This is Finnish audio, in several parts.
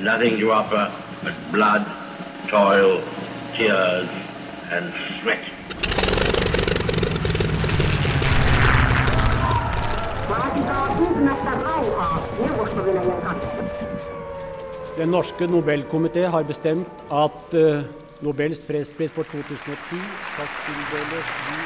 nothing to offer but blood, toil, tears and sweat. Vaatikaa kyhmästä rauhaa Neuvosto-Venäjän kanssa. Den norske Nobelkomité har bestemt at Nobels fredspris for 2010 skal tildeles.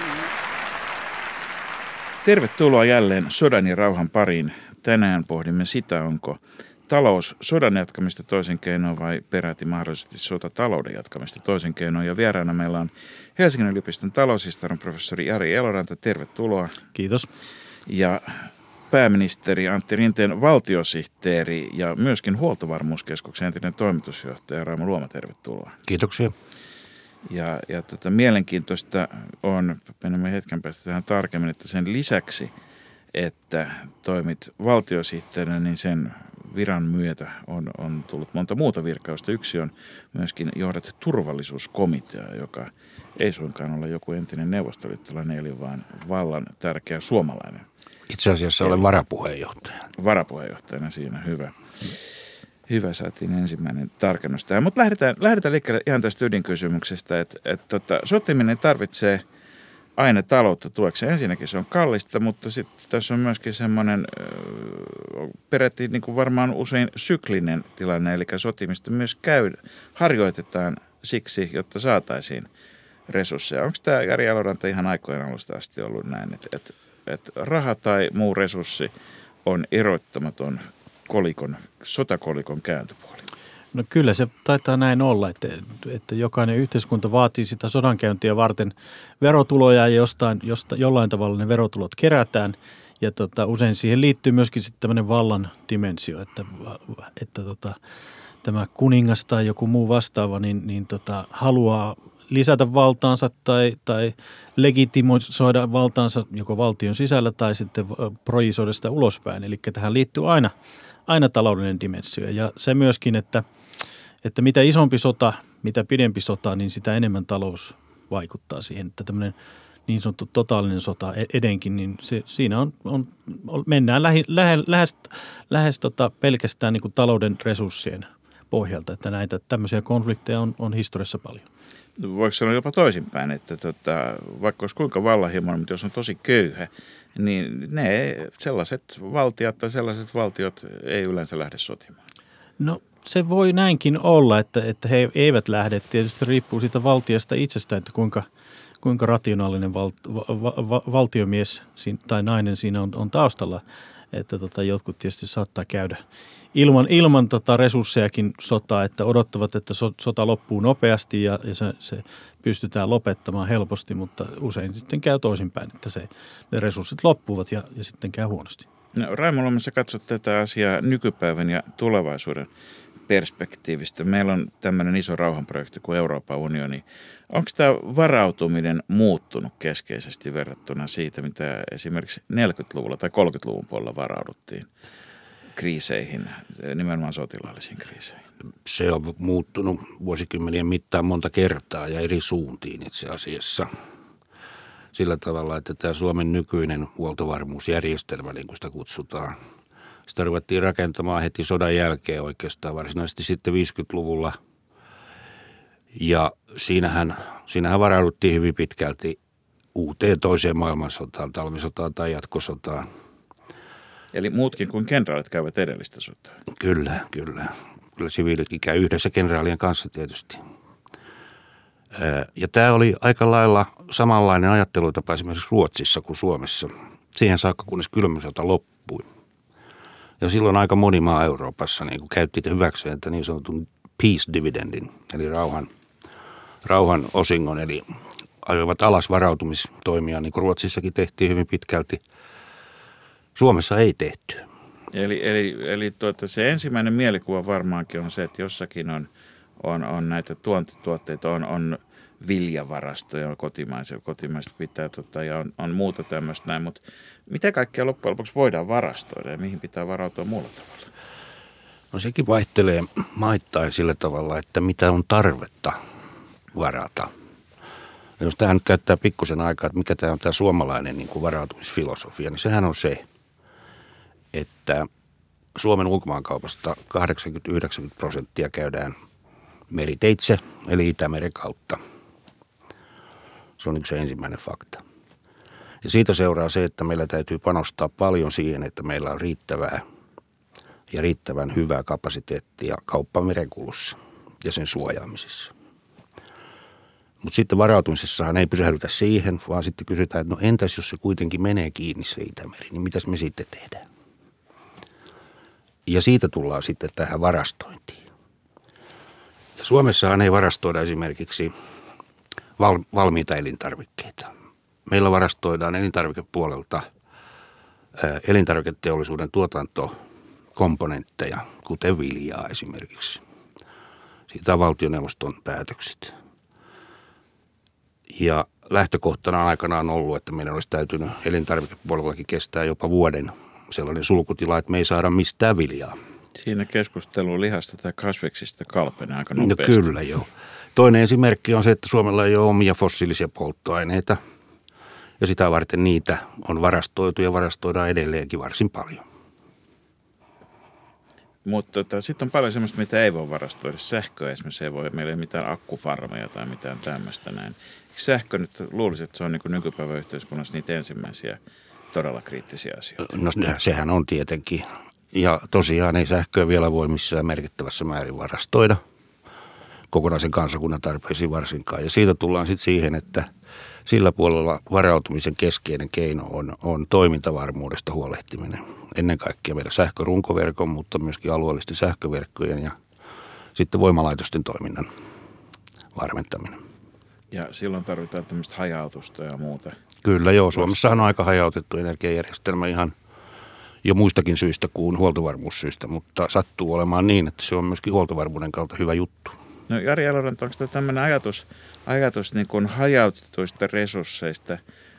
Tervetuloa jälleen sodan ja rauhan pariin. Tänään pohdimme sitä, onko talous sodan jatkamista toisen keinoin vai peräti mahdollisesti sotatalouden jatkamista toisen keinoin. Ja vieraana meillä on Helsingin yliopiston taloushistorian professori Jari Eloranta. Tervetuloa. Kiitos. Ja pääministeri Antti Rinteen valtiosihteeri ja myöskin Huoltovarmuuskeskuksen entinen toimitusjohtaja Raimo Luoma. Tervetuloa. Kiitoksia. Ja mielenkiintoista on, menemme hetken päästä tähän tarkemmin, että sen lisäksi, että toimit valtiosihteerinä, niin sen viran myötä on tullut monta muuta virkausta. Yksi on myöskin johdat turvallisuuskomitea, joka ei suinkaan ole joku entinen neuvostoliittolainen eli vaan vallan tärkeä suomalainen. Itse asiassa olen varapuheenjohtaja. Varapuheenjohtajana siinä, hyvä. Hyvä, saatiin ensimmäinen tarkennus tähän. Mutta lähdetään liikkeelle ihan tästä ydinkysymyksestä, että sotiminen tarvitsee aina taloutta tuekseen. Ensinnäkin se on kallista, mutta sitten tässä on myöskin semmoinen peräti niin kuin varmaan usein syklinen tilanne, eli sotimista myös harjoitetaan siksi, jotta saataisiin resursseja. Onko tämä Jari Eloranta ihan aikojen alusta asti ollut näin, että raha tai muu resurssi on erottamaton sotakolikon kääntöpuoli? No kyllä se taitaa näin olla, että jokainen yhteiskunta vaatii sitä sodankäyntiä varten verotuloja ja jollain tavalla ne verotulot kerätään. Ja usein siihen liittyy myöskin sitten tämmöinen vallan dimensio, että tämä kuningas tai joku muu vastaava niin haluaa lisätä valtaansa tai legitimoida valtaansa joko valtion sisällä tai sitten projisoida sitä ulospäin. Eli tähän liittyy aina taloudellinen dimensio ja se myöskin, että mitä isompi sota, mitä pidempi sota, niin sitä enemmän talous vaikuttaa siihen. Että tämmöinen niin sanottu totaalinen sota edenkin, niin siinä mennään lähes pelkästään niin kuin talouden resurssien pohjalta, että näitä tämmöisiä konflikteja on historiassa paljon. Voiko sanoa jopa toisinpäin, että vaikka olisi kuinka vallanhimoinen, mutta jos on tosi köyhä, niin sellaiset valtiot ei yleensä lähde sotimaan. No se voi näinkin olla, että he eivät lähde. Tietysti riippuu siitä valtiosta itsestään, että kuinka rationaalinen valtiomies tai nainen siinä on taustalla. Että jotkut tietysti saattaa käydä ilman resurssejakin sotaa, että odottavat, että sota loppuu nopeasti ja se pystytään lopettamaan helposti, mutta usein sitten käy toisinpäin, että ne resurssit loppuvat ja sitten käy huonosti. No, Raimo Luoma, sä katsot tätä asiaa nykypäivän ja tulevaisuuden perspektiivistä. Meillä on tämmöinen iso rauhanprojekti kuin Euroopan unioni. Onko tämä varautuminen muuttunut keskeisesti verrattuna siitä, mitä esimerkiksi 40-luvulla tai 30-luvun puolella varauduttiin kriiseihin, nimenomaan sotilaallisiin kriiseihin? Se on muuttunut vuosikymmenien mittaan monta kertaa ja eri suuntiin itse asiassa. Sillä tavalla, että tämä Suomen nykyinen huoltovarmuusjärjestelmä, niin kuin sitä kutsutaan, sitä ruvettiin rakentamaan heti sodan jälkeen oikeastaan varsinaisesti sitten 50-luvulla. Ja siinähän varauduttiin hyvin pitkälti uuteen toiseen maailmansotaan, talvisotaan tai jatkosotaan. Eli muutkin kuin kenraalit käyvät edellistä sotaa. Kyllä. Kyllä siviilitkin käy yhdessä kenraalien kanssa tietysti. Ja tämä oli aika lailla samanlainen ajattelutapa esimerkiksi Ruotsissa kuin Suomessa. Siihen saakka, kunnes kylmä sota loppui. Ja silloin aika moni maa Euroopassa niin käytti hyväkseen että niin sanotun peace dividendin, eli rauhan osingon, eli ajoivat alas varautumistoimia, niin kuin Ruotsissakin tehtiin hyvin pitkälti. Suomessa ei tehty. Eli se ensimmäinen mielikuva varmaankin on se, että jossakin on näitä tuontituotteita, on viljavarastoja, kotimaista pitää ja on muuta tämmöistä näin, mutta mitä kaikkea loppujen lopuksi voidaan varastoida ja mihin pitää varautua muulla tavalla? No sekin vaihtelee maittain sillä tavalla, että mitä on tarvetta varata. Ja jos tähän nyt käyttää pikkusen aikaa, että mikä tämä on tämä suomalainen niin kuin varautumisfilosofia, niin sehän on se, että Suomen ulkomaankaupasta 80-90% käydään meriteitse, eli Itämeren kautta. Se on yksi ensimmäinen fakta. Ja siitä seuraa se, että meillä täytyy panostaa paljon siihen, että meillä on riittävää ja riittävän hyvää kapasiteettia kauppamerenkulussa ja sen suojaamisessa. Mutta sitten varautumisessahan ei pysähdytä siihen, vaan sitten kysytään, että no entäs jos se kuitenkin menee kiinni se Itämeri, niin mitäs me sitten tehdään? Ja siitä tullaan sitten tähän varastointiin. Ja Suomessahan ei varastoida esimerkiksi valmiita elintarvikkeita. Meillä varastoidaan elintarvikepuolelta elintarviketeollisuuden tuotantokomponentteja, kuten viljaa esimerkiksi. Siitä on valtioneuvoston päätökset. Ja lähtökohtana aikana on ollut, että meidän olisi täytynyt elintarvikepuolellakin kestää jopa vuoden sellainen sulkutila, että me ei saada mistään viljaa. Siinä keskustelu lihasta tai kasviksista kalpenee aika nopeasti. No kyllä joo. Toinen esimerkki on se, että Suomella ei ole omia fossiilisia polttoaineita. Ja sitä varten niitä on varastoitu ja varastoidaan edelleenkin varsin paljon. Mutta sitten on paljon sellaista, mitä ei voi varastoida. Sähköä esimerkiksi ei voi, meillä ei ole mitään akkufarmeja tai mitään tämmöistä näin. Sähkö nyt luulisin, että se on niin kuin nykypäivän yhteiskunnassa niitä ensimmäisiä todella kriittisiä asioita. No sehän on tietenkin. Ja tosiaan ei sähköä vielä voi missään merkittävässä määrin varastoida kokonaisen kansakunnan tarpeisiin varsinkaan. Ja siitä tullaan sitten siihen, että sillä puolella varautumisen keskeinen keino on toimintavarmuudesta huolehtiminen. Ennen kaikkea meidän sähkörunkoverkon, mutta myöskin alueellisten sähköverkkojen ja sitten voimalaitosten toiminnan varmentaminen. Ja silloin tarvitaan tämmöistä hajautusta ja muuta. Kyllä joo, Suomessahan on aika hajautettu energiajärjestelmä ihan jo muistakin syistä kuin huoltovarmuussyistä, mutta sattuu olemaan niin, että se on myöskin huoltovarmuuden kautta hyvä juttu. No Jari Eloranta, onko tämä tämmöinen ajatus niin kuin hajautetuista resursseista,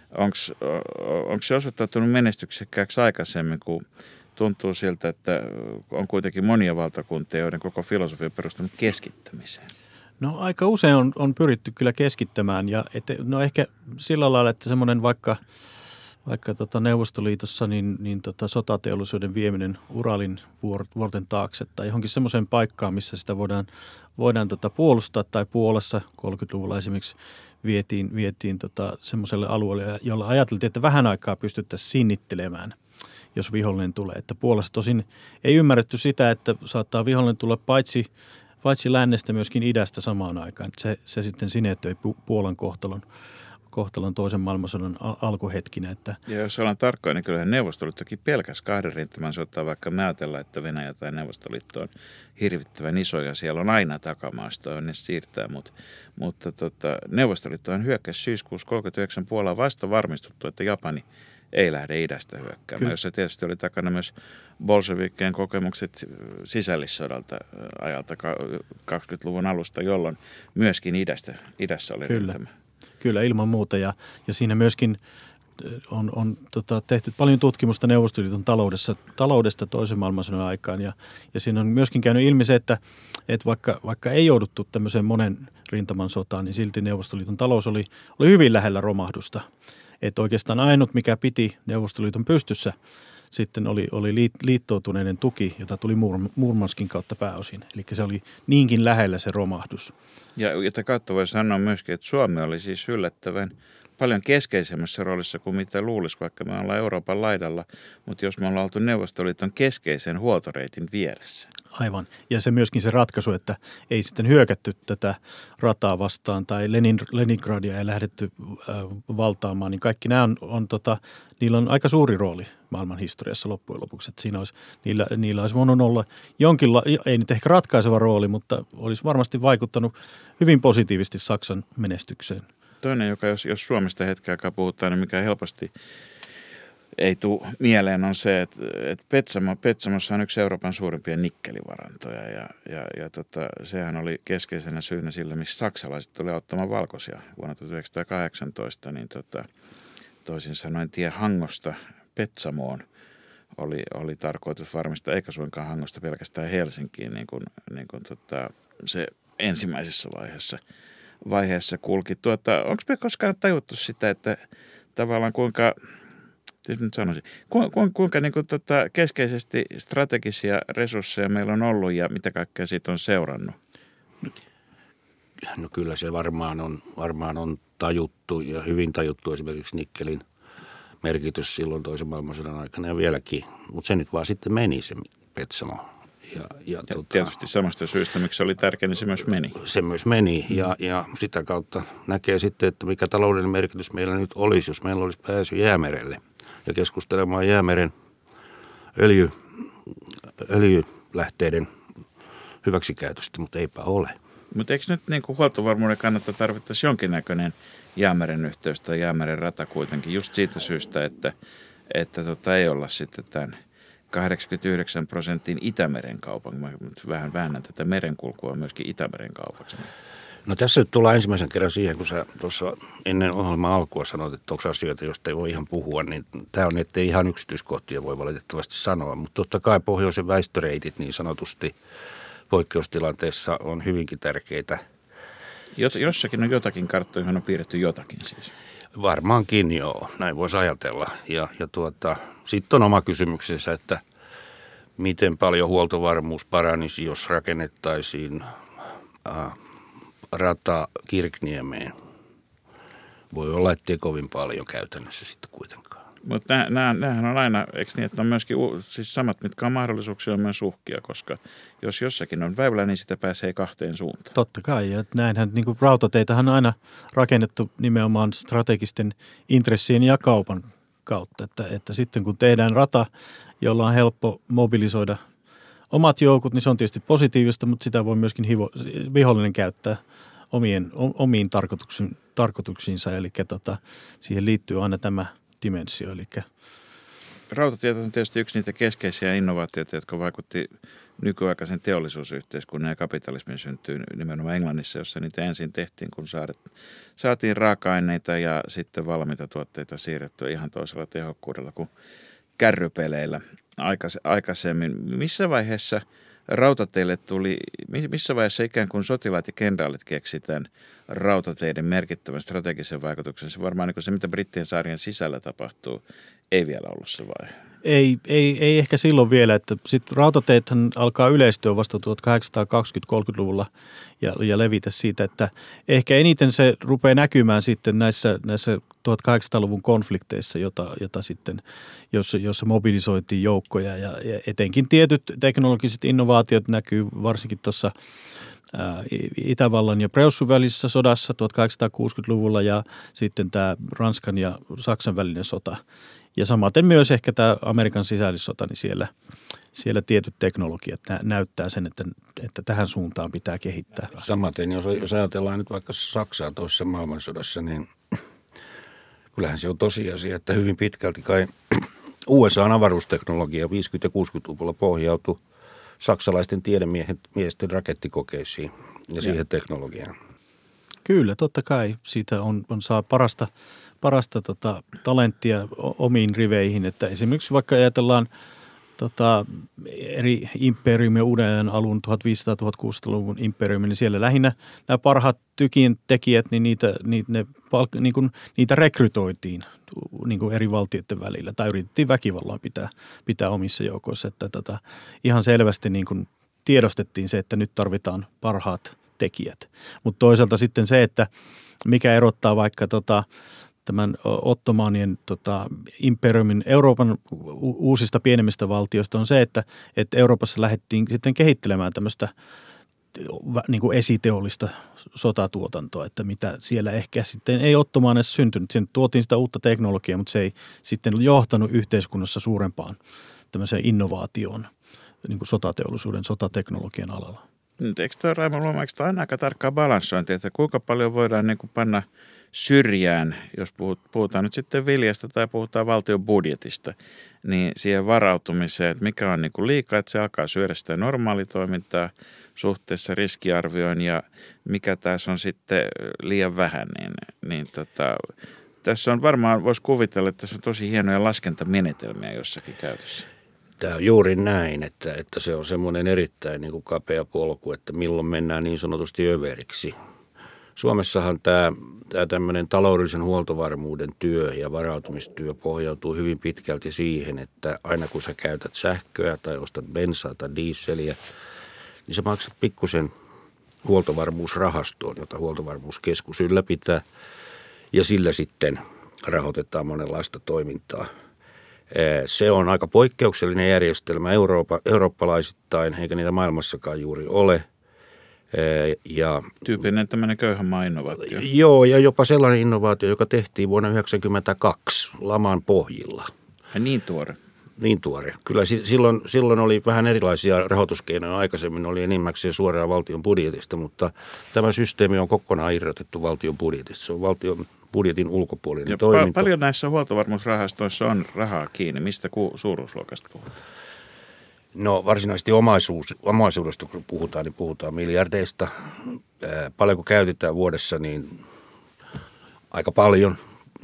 onko se osoittautunut menestyksekkääksi aikaisemmin, kun tuntuu siltä, että on kuitenkin monia valtakuntia, joiden koko filosofia on perustunut keskittämiseen? No aika usein on pyritty kyllä keskittämään ja ehkä sillä lailla, että semmoinen vaikka Neuvostoliitossa niin sotateollisuuden vieminen Uralin vuorten taakse tai johonkin semmoiseen paikkaan, missä sitä voidaan puolustaa tai Puolassa 30-luvulla esimerkiksi vietiin semmoiselle alueelle, jolla ajateltiin, että vähän aikaa pystyttäisiin sinnittelemään, jos vihollinen tulee. Että Puolassa tosin ei ymmärretty sitä, että saattaa vihollinen tulla paitsi lännestä myöskin idästä samaan aikaan. Se sitten sinetöi Puolan kohtalon toisen maailmansodan alkuhetkinä. Että ja jos ollaan tarkkoja, niin kyllähän Neuvostoliittokin pelkäs kahden rintaman sotaa, vaikka me ajatellaan, että Venäjä tai Neuvostoliitto on hirvittävän iso ja siellä on aina takamaastoa, ne siirtää, mutta Neuvostoliittohan hyökkäsi syyskuussa 1939 Puolaan vasta varmistuttu, että Japani ei lähde idästä hyökkäämään, jossa tietysti oli takana myös bolshevikkien kokemukset sisällissodalta ajalta 20-luvun alusta, jolloin myöskin idässä oli rintama. Kyllä, ilman muuta. Ja siinä myöskin on tehty paljon tutkimusta Neuvostoliiton taloudesta toisen maailmansodan aikaan. Ja siinä on myöskin käynyt ilmi se, että vaikka ei jouduttu tämmöiseen monen rintaman sotaan, niin silti Neuvostoliiton talous oli hyvin lähellä romahdusta. Että oikeastaan ainut, mikä piti Neuvostoliiton pystyssä, sitten oli liittoutuneiden tuki, jota tuli Murmanskin kautta pääosin. Eli se oli niinkin lähellä se romahdus. Ja jota kautta voi sanoa myöskin, että Suomi oli siis yllättävän paljon keskeisemmässä roolissa kuin mitä luulisi, vaikka me ollaan Euroopan laidalla. Mutta jos me ollaan oltu Neuvostoliiton keskeisen huoltoreitin vieressä. Aivan. Ja se myöskin se ratkaisu, että ei sitten hyökätty tätä rataa vastaan tai Leningradia ei lähdetty valtaamaan, niin kaikki nämä niillä on aika suuri rooli maailman historiassa loppujen lopuksi. Että niillä olisi voinut olla ei nyt ehkä ratkaiseva rooli, mutta olisi varmasti vaikuttanut hyvin positiivisesti Saksan menestykseen. Toinen, joka jos Suomesta hetken aikaa puhutaan, niin mikä helposti ei tule mieleen, on se, että Petsamossa on yksi Euroopan suurimpia nikkelivarantoja ja sehän oli keskeisenä syynä sillä, missä saksalaiset tuli auttamaan valkoisia vuonna 1918, niin toisin sanoen tie Hangosta Petsamoon oli tarkoitus varmistaa, eikä suinkaan Hangosta pelkästään Helsinkiin, niin kuin se ensimmäisessä vaiheessa kulki. Onko me koskaan tajuttu sitä, että tavallaan kuinka nyt sanoisin. Kuinka niin kuin, keskeisesti strategisia resursseja meillä on ollut ja mitä kaikkea siitä on seurannut? No kyllä se varmaan on tajuttu ja hyvin tajuttu esimerkiksi nikkelin merkitys silloin toisen maailmansodan aikana ja vieläkin. Mutta se nyt vaan sitten meni se Petsamo. Ja tietysti samasta syystä, miksi se oli tärkeä, niin se myös meni. Se myös meni ja sitä kautta näkee sitten, että mikä taloudellinen merkitys meillä nyt olisi, jos meillä olisi pääsy Jäämerelle ja keskustelemaan Jäämeren öljylähteiden hyväksikäytöstä, mutta eipä ole. Mutta eikö nyt niin kuin huoltovarmuuden kannalta tarvittaisi jonkinnäköinen Jäämeren yhteys tai Jäämeren rata kuitenkin just siitä syystä, että ei olla sitten tämän 89% Itämeren kaupan. Mä vähän väännän tätä merenkulkua myöskin Itämeren kaupaksi. No tässä nyt tullaan ensimmäisen kerran siihen, kun sä tuossa ennen ohjelman alkua sanoit, että onko asioita, joista ei voi ihan puhua, niin tämä on, ettei ihan yksityiskohtia voi valitettavasti sanoa. Mutta totta kai pohjoisen väistöreitit niin sanotusti poikkeustilanteessa on hyvinkin tärkeitä. Jossakin on jotakin karttoja, johon on piirretty jotakin siis. Varmaankin joo, näin voisi ajatella. Ja sitten on oma kysymyksensä, että miten paljon huoltovarmuus paranisi, jos rakennettaisiin rata Kirkniemeen. Voi olla, ettei kovin paljon käytännössä sitten kuitenkaan. Mutta nämähän on aina, eikö niin, että on myöskin siis samat, mitkä on mahdollisuuksia, on myös uhkia, koska jos jossakin on väylä, niin sitä pääsee kahteen suuntaan. Totta kai, ja näinhän niin kuin rautateitahan on aina rakennettu nimenomaan strategisten intressien ja kaupan kautta, että sitten kun tehdään rata, jolla on helppo mobilisoida omat joukot, niin se on tietysti positiivista, mutta sitä voi myöskin vihollinen käyttää omiin tarkoituksiinsa, eli siihen liittyy aina tämä dimensio. Rautatiet on tietysti yksi niitä keskeisiä innovaatioita, jotka vaikutti nykyaikaisen teollisuusyhteiskunnan ja kapitalismin syntyyn nimenomaan Englannissa, jossa niitä ensin tehtiin, kun saatiin raaka-aineita ja sitten valmiita tuotteita siirrettyä ihan toisella tehokkuudella kuin kärrypeleillä aikaisemmin. Missä vaiheessa rautateille missä vaiheessa ikään kuin sotilaat ja kenraalit keksitään rautateiden merkittävän strategisen vaikutuksen? Se varmaan niin kuin se, mitä Brittien saarien sisällä tapahtuu, ei vielä ollut se vaihe. Ei ehkä silloin vielä, että sitten rautateethän alkaa yleistyä vasta 1820-30-luvulla ja levitä siitä, että ehkä eniten se rupeaa näkymään sitten näissä 1800-luvun konflikteissa, jota sitten, jossa mobilisoitiin joukkoja ja etenkin tietyt teknologiset innovaatiot näkyy varsinkin tuossa Itävallan ja Preussun välisessä sodassa 1860-luvulla ja sitten tämä Ranskan ja Saksan välinen sota. Ja samaten myös ehkä tämä Amerikan sisällissota, niin siellä tietyt teknologiat näyttää sen, että tähän suuntaan pitää kehittää. Samaten, jos ajatellaan nyt vaikka Saksaa toisessa maailmansodassa, niin kyllähän se on tosiasia, että hyvin pitkälti kai USA:n avaruusteknologia 50- ja 60-luvulla pohjautui saksalaisten tiedemiesten rakettikokeisiin ja siihen teknologiaan. Kyllä, totta kai. Siitä saa parasta talenttia omiin riveihin, että esimerkiksi vaikka ajatellaan eri imperiumien uuden ajan alun 1500-1600-luvun imperiumia, niin siellä lähinnä nämä parhaat tykien tekijät, niin niitä rekrytoitiin niin kuin eri valtioiden välillä tai yritettiin väkivallaan pitää omissa joukoissa, että ihan selvästi niin kuin tiedostettiin se, että nyt tarvitaan parhaat tekijät. Mutta toisaalta sitten se, että mikä erottaa vaikka tämän Ottomaanien imperiumin Euroopan uusista pienemmistä valtioista on se, että Euroopassa lähdettiin sitten kehittelemään tämmöistä niin kuin esiteollista sotatuotantoa, että mitä siellä ehkä sitten ei Ottomaaneissa syntynyt. Sen tuotiin sitä uutta teknologiaa, mutta se ei sitten johtanut yhteiskunnassa suurempaan tämmöiseen innovaatioon niin kuin sotateollisuuden, sotateknologian alalla. Nyt eikö tuo Raimo Luoma, eikö tuo aina aika tarkkaa balanssointia, että kuinka paljon voidaan niin kuin panna syrjään, jos puhutaan nyt sitten viljasta tai puhutaan valtion budjetista, niin siihen varautumiseen, että mikä on niin kuin liikaa, että se alkaa syödä sitä normaalitoimintaa suhteessa riskiarvioon ja mikä tässä on sitten liian vähän, niin tässä on varmaan, voisi kuvitella, että tässä on tosi hienoja laskentamenetelmiä jossakin käytössä. Tämä on juuri näin, että se on semmoinen erittäin niin kuin kapea polku, että milloin mennään niin sanotusti överiksi. Suomessahan tämä tämä tämmöinen taloudellisen huoltovarmuuden työ ja varautumistyö pohjautuu hyvin pitkälti siihen, että aina kun sä käytät sähköä tai ostat bensaa tai dieseliä, niin sä maksat pikkusen huoltovarmuusrahastoon, jota huoltovarmuuskeskus ylläpitää, ja sillä sitten rahoitetaan monenlaista toimintaa. Se on aika poikkeuksellinen järjestelmä eurooppalaisittain, eikä niitä maailmassakaan juuri ole. Ja, tyypillinen tämmöinen köyhän maa innovaatio. Joo, ja jopa sellainen innovaatio, joka tehtiin vuonna 1992 laman pohjilla. Ja niin tuore. Niin tuore. Kyllä silloin oli vähän erilaisia rahoituskeinoja. Aikaisemmin oli enimmäkseen suoraan valtion budjetista, mutta tämä systeemi on kokonaan irrotettu valtion budjetista. Se on valtion budjetin ulkopuolinen ja toiminto. Paljon näissä huoltovarmuusrahastoissa on rahaa kiinni. Mistä suuruusluokasta puhutaan? No varsinaisesti omaisuudesta kun puhutaan, niin puhutaan miljardeista. Paljonko käytetään vuodessa, niin aika paljon.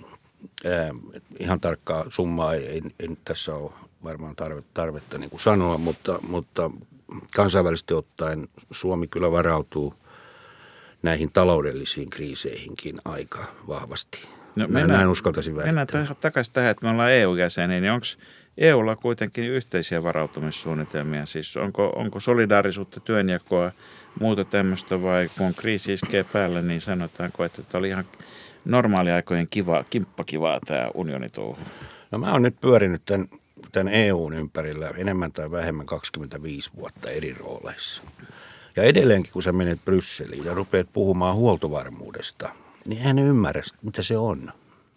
Ihan tarkkaa summaa ei nyt tässä ole varmaan tarvetta niin kuin sanoa, mutta kansainvälisesti ottaen Suomi kyllä varautuu näihin taloudellisiin kriiseihinkin aika vahvasti. No, näin uskaltaisin väittää. Mennään takaisin tähän, että me ollaan EU-jäseniä, niin onko EUlla kuitenkin yhteisiä varautumissuunnitelmia? Siis onko solidaarisuutta, työnjakoa, muuta tämmöistä vai kun kriisi iskee päälle, niin sanotaanko, että oli ihan normaaliaikojen kimppakivaa tämä unionitouhu? No mä oon nyt pyörinyt tämän EUn ympärillä enemmän tai vähemmän 25 vuotta eri rooleissa. Ja edelleenkin, kun sä menet Brysseliin ja rupeat puhumaan huoltovarmuudesta, niin eihän ne ymmärrä, mitä se on.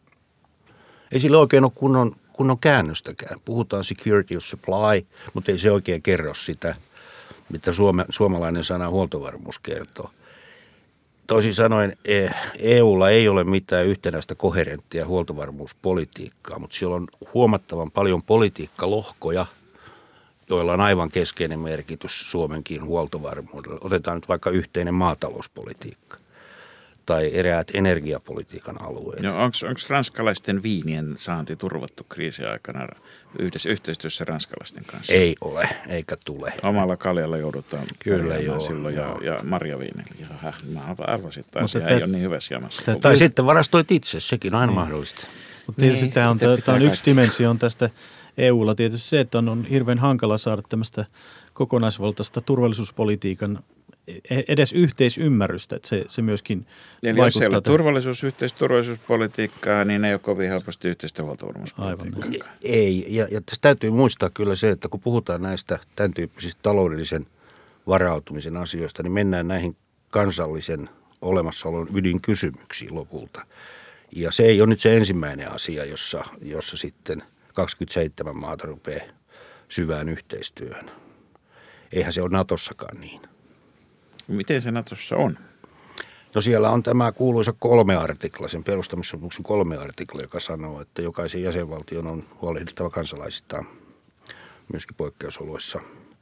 Ei sillä oikein ole kunnon käännöstäkään. Puhutaan security of supply, mutta ei se oikein kerro sitä, mitä suomalainen sana huoltovarmuus kertoo. Toisin sanoen EUlla ei ole mitään yhtenäistä koherenttia huoltovarmuuspolitiikkaa, mutta siellä on huomattavan paljon politiikkalohkoja, joilla on aivan keskeinen merkitys Suomenkin huoltovarmuudelle. Otetaan nyt vaikka yhteinen maatalouspolitiikka tai eräät energiapolitiikan alueet. No, onko ranskalaisten viinien saanti turvattu kriisiaikana yhteistyössä ranskalaisten kanssa? Ei ole, eikä tule. Omalla kaljalla joudutaan kyllä joo, silloin joo. Ja marjaviinillä. Jaha, mä arvasin, että asia ei ole niin hyvässä jamassa. Tai sitten varastoit itse, sekin on aina mahdollista. Mutta tietysti tämä on yksi dimensio tästä EUlla tietysti se, että on hirveän hankala saada tämmöistä kokonaisvaltaista turvallisuuspolitiikan edes yhteisymmärrystä, että se myöskin eli vaikuttaa. jos ei ole turvallisuuspolitiikkaa, niin ei ole kovin helposti yhteistä huoltovarmuuspolitiikkaa. Ei, ja tässä täytyy muistaa kyllä se, että kun puhutaan näistä tämän tyyppisistä taloudellisen varautumisen asioista, niin mennään näihin kansallisen olemassaolon ydinkysymyksiin lopulta. Ja se ei ole nyt se ensimmäinen asia, jossa sitten 27 maata rupeaa syvään yhteistyöhön. Eihän se ole Natossakaan niin. Miten se Natossa on? No siellä on tämä kuuluisa 3 artikla, sen perustamissopimuksen 3 artikla, joka sanoo, että jokaisen jäsenvaltion on huolehdittava kansalaisistaan myöskin poikkeusoloissa.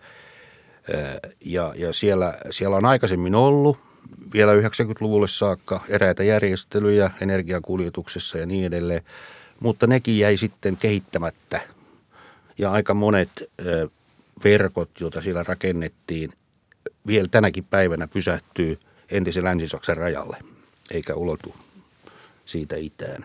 Ja siellä on aikaisemmin ollut vielä 90-luvulle saakka eräitä järjestelyjä energiakuljetuksessa ja niin edelleen, mutta nekin jäi sitten kehittämättä. Ja aika monet verkot, joita siellä rakennettiin, vielä tänäkin päivänä pysähtyy entisen Länsi-Saksan rajalle, eikä ulotu siitä itään.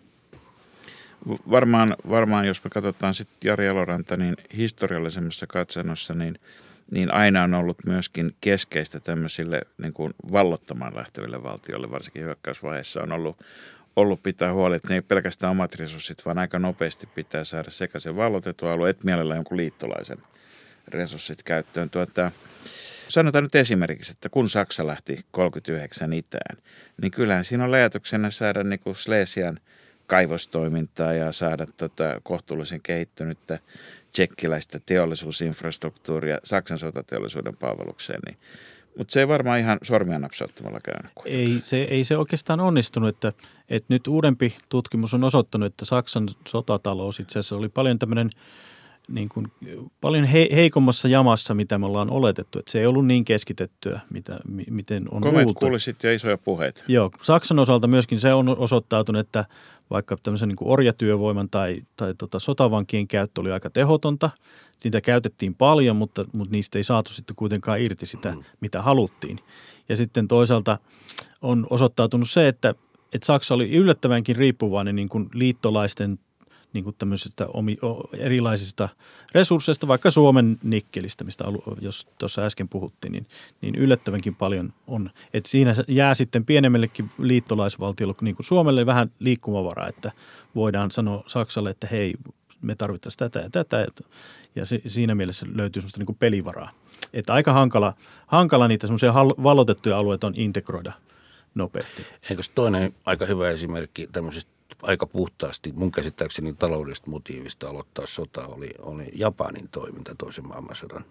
Varmaan jos me katsotaan sitten Jari Eloranta, niin historiallisemmassa katsannossa, niin aina on ollut myöskin keskeistä tämmöisille niin kuin vallottamaan lähteville valtioille, varsinkin hyökkäysvaiheessa on ollut pitää huoli, että ne ei pelkästään omat resurssit, vaan aika nopeasti pitää saada sekä se vallotettu alue, että mielellään jonkun liittolaisen resurssit käyttöön. Sanotaan nyt esimerkiksi, että kun Saksa lähti 39 itään, niin kyllähän siinä on ajatuksena saada niin kuin Schlesian kaivostoimintaa ja saada kohtuullisen kehittynyttä tsekkiläistä teollisuusinfrastruktuuria Saksan sotateollisuuden palvelukseen. Mutta se ei varmaan ihan sormia napsauttamalla käynyt. Ei se oikeastaan onnistunut, että nyt uudempi tutkimus on osoittanut, että Saksan sotatalous itse asiassa oli paljon tämmöinen niin kuin paljon heikommassa jamassa, mitä me ollaan oletettu. Että se ei ollut niin keskitettyä, miten on luultu. Komet kuulisit ja isoja puheita. Joo, Saksan osalta myöskin se on osoittautunut, että vaikka tämmöisen niin kuin orjatyövoiman tai sotavankien käyttö oli aika tehotonta. Niitä käytettiin paljon, mutta niistä ei saatu sitten kuitenkaan irti sitä, mitä haluttiin. Ja sitten toisaalta on osoittautunut se, että Saksa oli yllättävänkin riippuvainen niin kuin liittolaisten niin kuin tämmöisistä erilaisista resursseista, vaikka Suomen nikkelistä, mistä jos tuossa äsken puhuttiin, niin yllättävänkin paljon on. Että siinä jää sitten pienemmällekin liittolaisvaltiolle, niin kuin Suomelle, vähän liikkumavaraa, että voidaan sanoa Saksalle, että hei, me tarvittaisiin tätä ja tätä, ja siinä mielessä löytyy semmoista niin kuin pelivaraa. Että aika hankala niitä semmoisia valloitettuja alueita on integroida nopeasti. Eikös toinen aika hyvä esimerkki tämmöisestä aika puhtaasti, mun käsittääkseni taloudellisesta motiivista aloittaa sota, oli Japanin toiminta toisen maailmansodan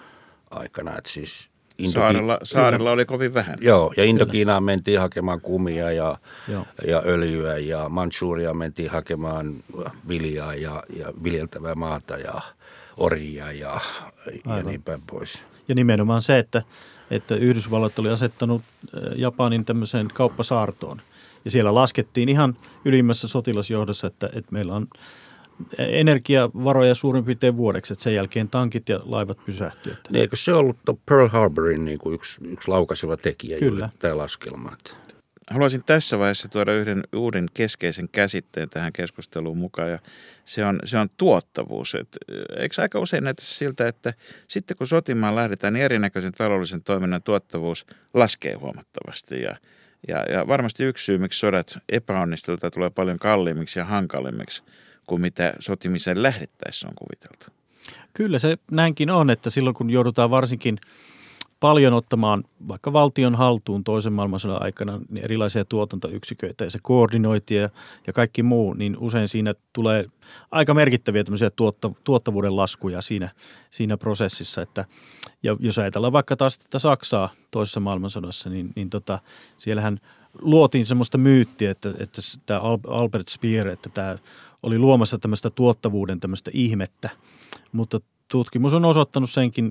aikana. Että siis Saarella oli kovin vähän. Joo, ja Indokiinaan mentiin hakemaan kumia ja öljyä, ja Manchuriaan mentiin hakemaan viljaa ja viljeltävää maata ja orjia ja niin päin pois. Ja nimenomaan se, että Yhdysvallat oli asettanut Japanin tämmöiseen kauppasaartoon. Ja siellä laskettiin ihan ylimmässä sotilasjohdossa, että meillä on energiavaroja suurin piirtein vuodeksi, että sen jälkeen tankit ja laivat pysähtyivät. Niin, eikö se ollut Pearl Harborin niin kuin yksi laukaiseva tekijä, Kyllä. Tämä laskelma? Haluaisin tässä vaiheessa tuoda yhden uuden keskeisen käsitteen tähän keskusteluun mukaan, ja se on tuottavuus. Eikö aika usein näytä siltä, että sitten kun sotimaan lähdetään, niin erinäköisen taloudellisen toiminnan tuottavuus laskee huomattavasti, ja varmasti yksi syy, miksi sodat epäonnistuvat, tulee paljon kalliimmiksi ja hankalimmiksi kuin mitä sotimiseen lähdettäessä on kuviteltu. Kyllä se näinkin on, että silloin kun joudutaan varsinkin paljon ottamaan vaikka valtion haltuun toisen maailmansodan aikana niin erilaisia tuotantoyksiköitä ja se koordinointi ja kaikki muu, niin usein siinä tulee aika merkittäviä tämmöisiä tuottavuuden laskuja siinä prosessissa. Ja jos ajatellaan vaikka taas tätä Saksaa toisessa maailmansodassa, niin siellähän luotiin semmoista myyttiä, että tämä Albert Speer, että tämä oli luomassa tämmöistä tuottavuuden tämmöistä ihmettä, mutta tutkimus on osoittanut senkin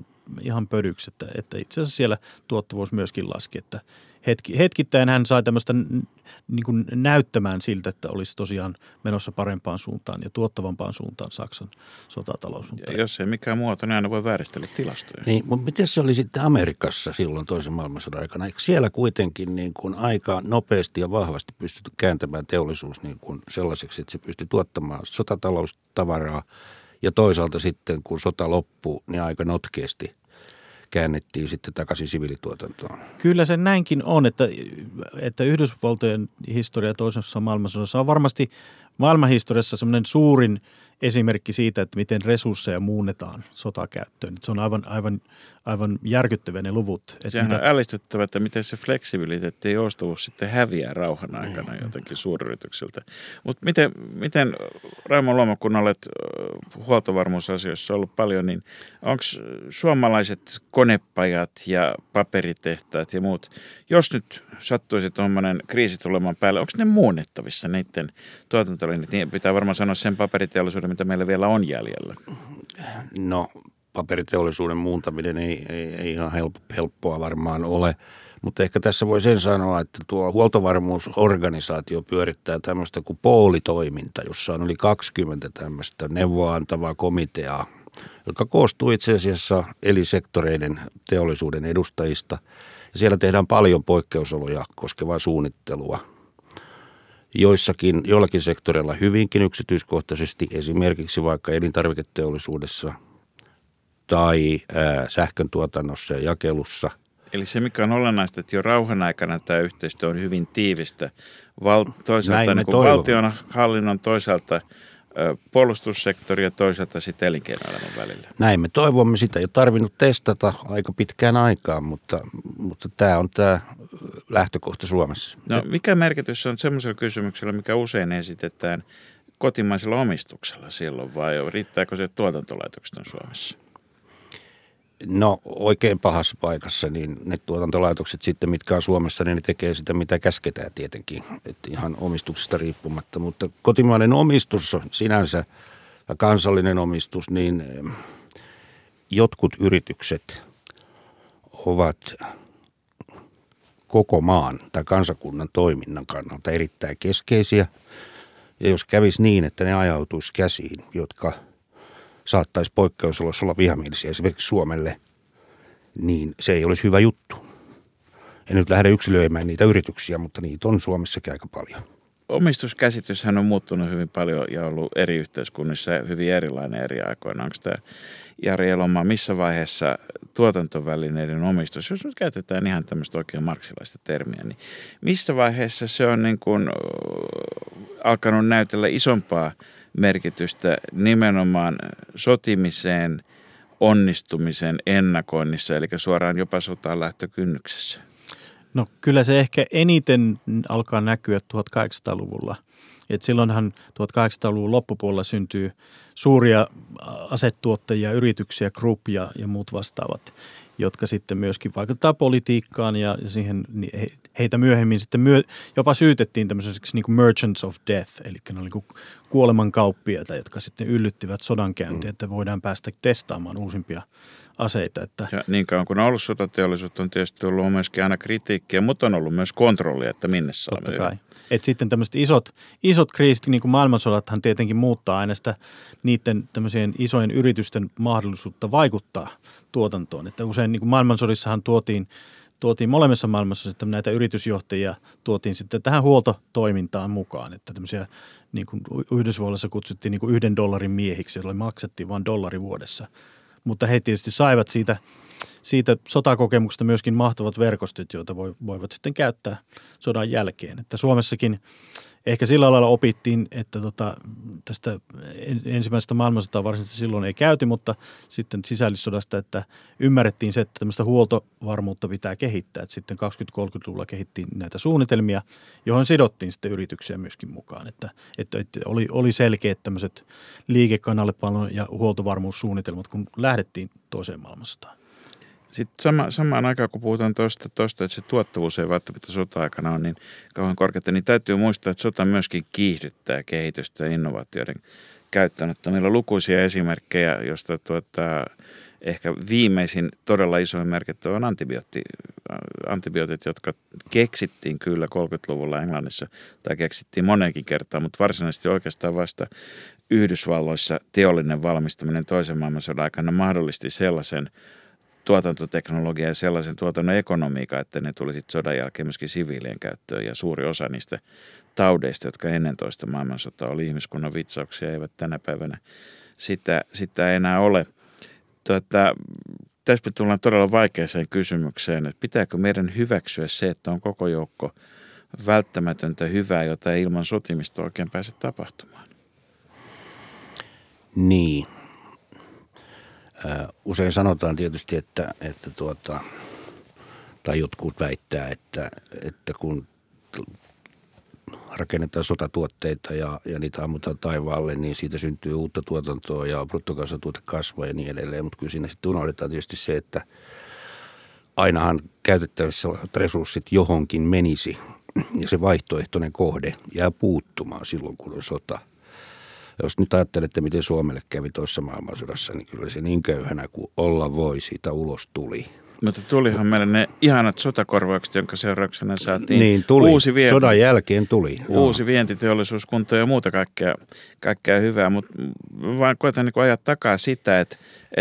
ihan pödyksi, että itse asiassa siellä tuottavuus myöskin laski, että hetkittäin hän sai tämmöistä niin kuin näyttämään siltä, että olisi tosiaan menossa parempaan suuntaan ja tuottavampaan suuntaan Saksan sotatalous. Mutta ja jos ei mikään muoto, niin aina voi vääristellä tilastoja. Niin, mutta miten se oli sitten Amerikassa silloin toisen maailmansodan aikana? Eikö siellä kuitenkin niin kuin aika nopeasti ja vahvasti pystytty kääntämään teollisuus niin kuin sellaiseksi, että se pystyi tuottamaan sotataloustavaraa ja toisaalta sitten kun sota loppui, niin aika notkeasti käännettiin sitten takaisin siviilituotantoon. Kyllä se näinkin on, että Yhdysvaltojen historia toisessa maailmansodassa on varmasti maailmanhistoriassa semmoinen suurin esimerkki siitä, että miten resursseja muunnetaan sotakäyttöön. Että se on aivan järkyttäviä ne luvut. Sehän on ällistyttävä, että miten se fleksibiliteetti ja joustavuus sitten häviää rauhan aikana jotenkin suuryrityksiltä. Mutta miten Raimo Luoma, kun olet huoltovarmuusasioissa ollut paljon, niin onko suomalaiset konepajat ja paperitehtaat ja muut, jos nyt sattuisi tuommoinen kriisi tulemaan päälle, onko ne muunnettavissa niiden tuotantolinjat? Niin pitää varmaan sanoa sen paperiteollisuuden, mitä meillä vielä on jäljellä. No, paperiteollisuuden muuntaminen ei ihan helppoa varmaan ole, mutta ehkä tässä voi sen sanoa, että tuo huoltovarmuusorganisaatio pyörittää tämmöistä kuin poolitoiminta, jossa on yli 20 tämmöistä neuvoa antavaa komiteaa, jotka koostuu itse asiassa eri sektoreiden teollisuuden edustajista. Ja siellä tehdään paljon poikkeusoloja koskevaa suunnittelua. Joillakin sektoreilla hyvinkin yksityiskohtaisesti, esimerkiksi vaikka elintarviketeollisuudessa tai sähköntuotannossa ja jakelussa. Eli se, mikä on olennaista, että jo rauhan aikana tämä yhteistyö on hyvin tiivistä. Toisaalta niin kuin valtionhallinnon, toisaalta puolustussektori ja toisaalta sitten elinkeinoelämän välillä. Näin me toivomme, sitä ei ole tarvinnut testata aika pitkään aikaan, mutta tämä on tämä lähtökohta Suomessa. No, mikä merkitys on semmoisella kysymyksellä, mikä usein esitetään kotimaisella omistuksella silloin, vai riittääkö se tuotantolaitokset on Suomessa? No oikein pahassa paikassa, niin ne tuotantolaitokset sitten, mitkä on Suomessa, niin ne tekee sitä, mitä käsketään tietenkin, että ihan omistuksesta riippumatta. Mutta kotimainen omistus on sinänsä, kansallinen omistus, niin jotkut yritykset ovat koko maan tai kansakunnan toiminnan kannalta erittäin keskeisiä. Ja jos kävisi niin, että ne ajautuisi käsiin, jotka saattaisi poikkeusoloissa olla vihamielisiä esimerkiksi Suomelle, niin se ei olisi hyvä juttu. En nyt lähde yksilöimään niitä yrityksiä, mutta niitä on Suomessakin aika paljon. Omistuskäsityshän on muuttunut hyvin paljon ja ollut eri yhteiskunnissa hyvin erilainen eri aikoina. Onko tämä, Jari Elomaa, missä vaiheessa tuotantovälineiden omistus, jos nyt käytetään ihan tämmöistä oikein marksilaista termiä, niin missä vaiheessa se on niin kuin alkanut näytellä isompaa merkitystä nimenomaan sotimiseen, onnistumisen ennakoinnissa, eli suoraan jopa sotaan lähtökynnyksessä? No kyllä se ehkä eniten alkaa näkyä 1800-luvulla. Et silloinhan 1800-luvun loppupuolella syntyy suuria asetuottajia, yrityksiä, Krupp ja muut vastaavat, jotka sitten myöskin vaikuttaa politiikkaan ja siihen heitä myöhemmin sitten jopa syytettiin tämmöiseksi niin kuin merchants of death, eli ne oli kuolemankauppiaita, jotka sitten yllyttivät sodankäyntiä, että voidaan päästä testaamaan uusimpia aseita. Että ja niin kauan kun on ollut sotateollisuutta, on tietysti ollut myöskin aina kritiikkiä, mutta on ollut myös kontrollia, että minne saamme. Totta kai. Että sitten tämmöiset isot kriisit, niin kuin maailmansodathan tietenkin muuttaa aina sitä niiden tämmöisien isojen yritysten mahdollisuutta vaikuttaa tuotantoon. Että usein niin kuin maailmansodissahan tuotiin molemmissa maailmassa sitten näitä yritysjohtajia, tuotiin sitten tähän huoltotoimintaan mukaan. Että tämmöisiä, niin kuin Yhdysvalloissa kutsuttiin niin kuin $1 miehiksi, joilla maksettiin vain $1 vuodessa. Mutta he tietysti saivat siitä sotakokemuksesta myöskin mahtavat verkostot, joita voivat sitten käyttää sodan jälkeen. Että Suomessakin ehkä sillä lailla opittiin, että tästä ensimmäisestä maailmansotaa varsinaisesti silloin ei käyty, mutta sitten sisällissodasta, että ymmärrettiin se, että tämmöistä huoltovarmuutta pitää kehittää. Että sitten 20-30-luvulla kehittiin näitä suunnitelmia, johon sidottiin sitten yrityksiä myöskin mukaan. Että oli selkeät tämmöiset liikekannallepano- ja huoltovarmuussuunnitelmat, kun lähdettiin toiseen maailmansotaan. Sitten samaan aikaan, kun puhutaan tuosta, että se tuottavuus ei välttämättä sota-aikana ole niin kauan korkeata, niin täytyy muistaa, että sota myöskin kiihdyttää kehitystä ja innovaatioiden käyttöönottoa. Meillä on lukuisia esimerkkejä, joista ehkä viimeisin todella isoin merkittävä on antibiootit, jotka keksittiin kyllä 30-luvulla Englannissa, tai keksittiin moneenkin kertaan, mutta varsinaisesti oikeastaan vasta Yhdysvalloissa teollinen valmistaminen toisen maailmansodan aikana mahdollisti sellaisen tuotantoteknologiaa ja sellaisen tuotannon ekonomiikan, että ne tuli sitten sodan jälkeen myöskin siviilien käyttöön. Ja suuri osa niistä taudeista, jotka ennen toista maailmansotaa oli ihmiskunnan vitsauksia, eivät tänä päivänä sitä enää ole. Tässä tullaan todella vaikeaseen kysymykseen, että pitääkö meidän hyväksyä se, että on koko joukko välttämätöntä hyvää, jota ei ilman sotimista oikein pääse tapahtumaan? Niin. Usein sanotaan tietysti, tai jotkut väittää, että kun rakennetaan sotatuotteita ja niitä ammutaan taivaalle, niin siitä syntyy uutta tuotantoa ja bruttokansantuote kasvaa ja niin edelleen. Mutta kyllä siinä sitten unohdetaan tietysti se, että ainahan käytettävissä resurssit johonkin menisi ja se vaihtoehtoinen kohde jää puuttumaan silloin, kun on sota. Jos nyt ajattelette, miten Suomelle kävi toisessa maailmansodassa, niin kyllä se niin köyhänä kuin olla voi, siitä ulos tuli. Mutta tulihan meille ne ihanat sotakorvaukset, jonka seurauksena saatiin niin, uusi vienti. Sodan jälkeen tuli. Uusi vientiteollisuuskunta ja muuta kaikkea hyvää, mutta vaan koetan niin ajaa takaa sitä, että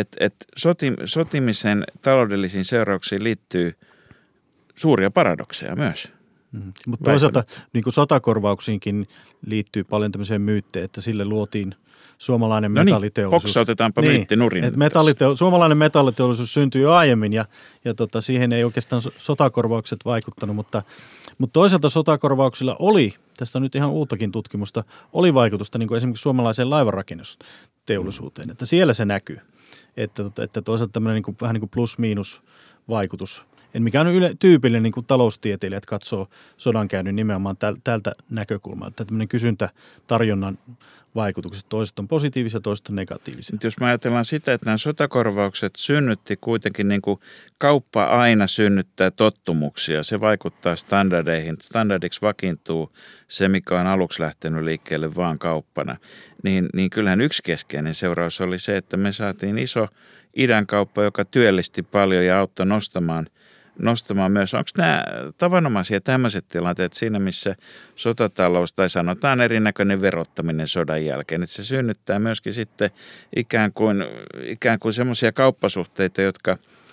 sotimisen taloudellisiin seurauksiin liittyy suuria paradokseja myös. Mutta toisaalta niin kuin sotakorvauksiinkin liittyy paljon tämmöisiä myyttejä, että sille luotiin suomalainen metalliteollisuus. Poksautetaanpa myytti nurin. Suomalainen metalliteollisuus syntyi jo aiemmin ja siihen ei oikeastaan sotakorvaukset vaikuttanut, mutta toisaalta sotakorvauksilla oli, tästä on nyt ihan uuttakin tutkimusta, oli vaikutusta niin kuin esimerkiksi suomalaiseen laivanrakennusteollisuuteen, että siellä se näkyy, että toisaalta tämmöinen niin kuin, vähän niin kuin plus-miinus vaikutus. Mikä on tyypillinen, niin kuin taloustieteilijät katsoo sodankäynnin nimenomaan tältä näkökulmalta, että tämmöinen kysyntä-tarjonnan vaikutukset, toiset on positiivisia, toiset on negatiivisia. Nyt jos me ajatellaan sitä, että nämä sotakorvaukset synnytti kuitenkin niin kuin kauppa aina synnyttää tottumuksia, se vaikuttaa standardeihin, standardiksi vakiintuu se, mikä on aluksi lähtenyt liikkeelle vaan kauppana, niin kyllähän yksi keskeinen seuraus oli se, että me saatiin iso idänkauppa, joka työllisti paljon ja auttoi nostamaan myös. Onko nämä tavanomaisia tämmöiset tilanteet siinä, missä sotatalous tai sanotaan erinäköinen verottaminen sodan jälkeen, että se synnyttää myöskin sitten ikään kuin semmoisia kauppasuhteita, jotka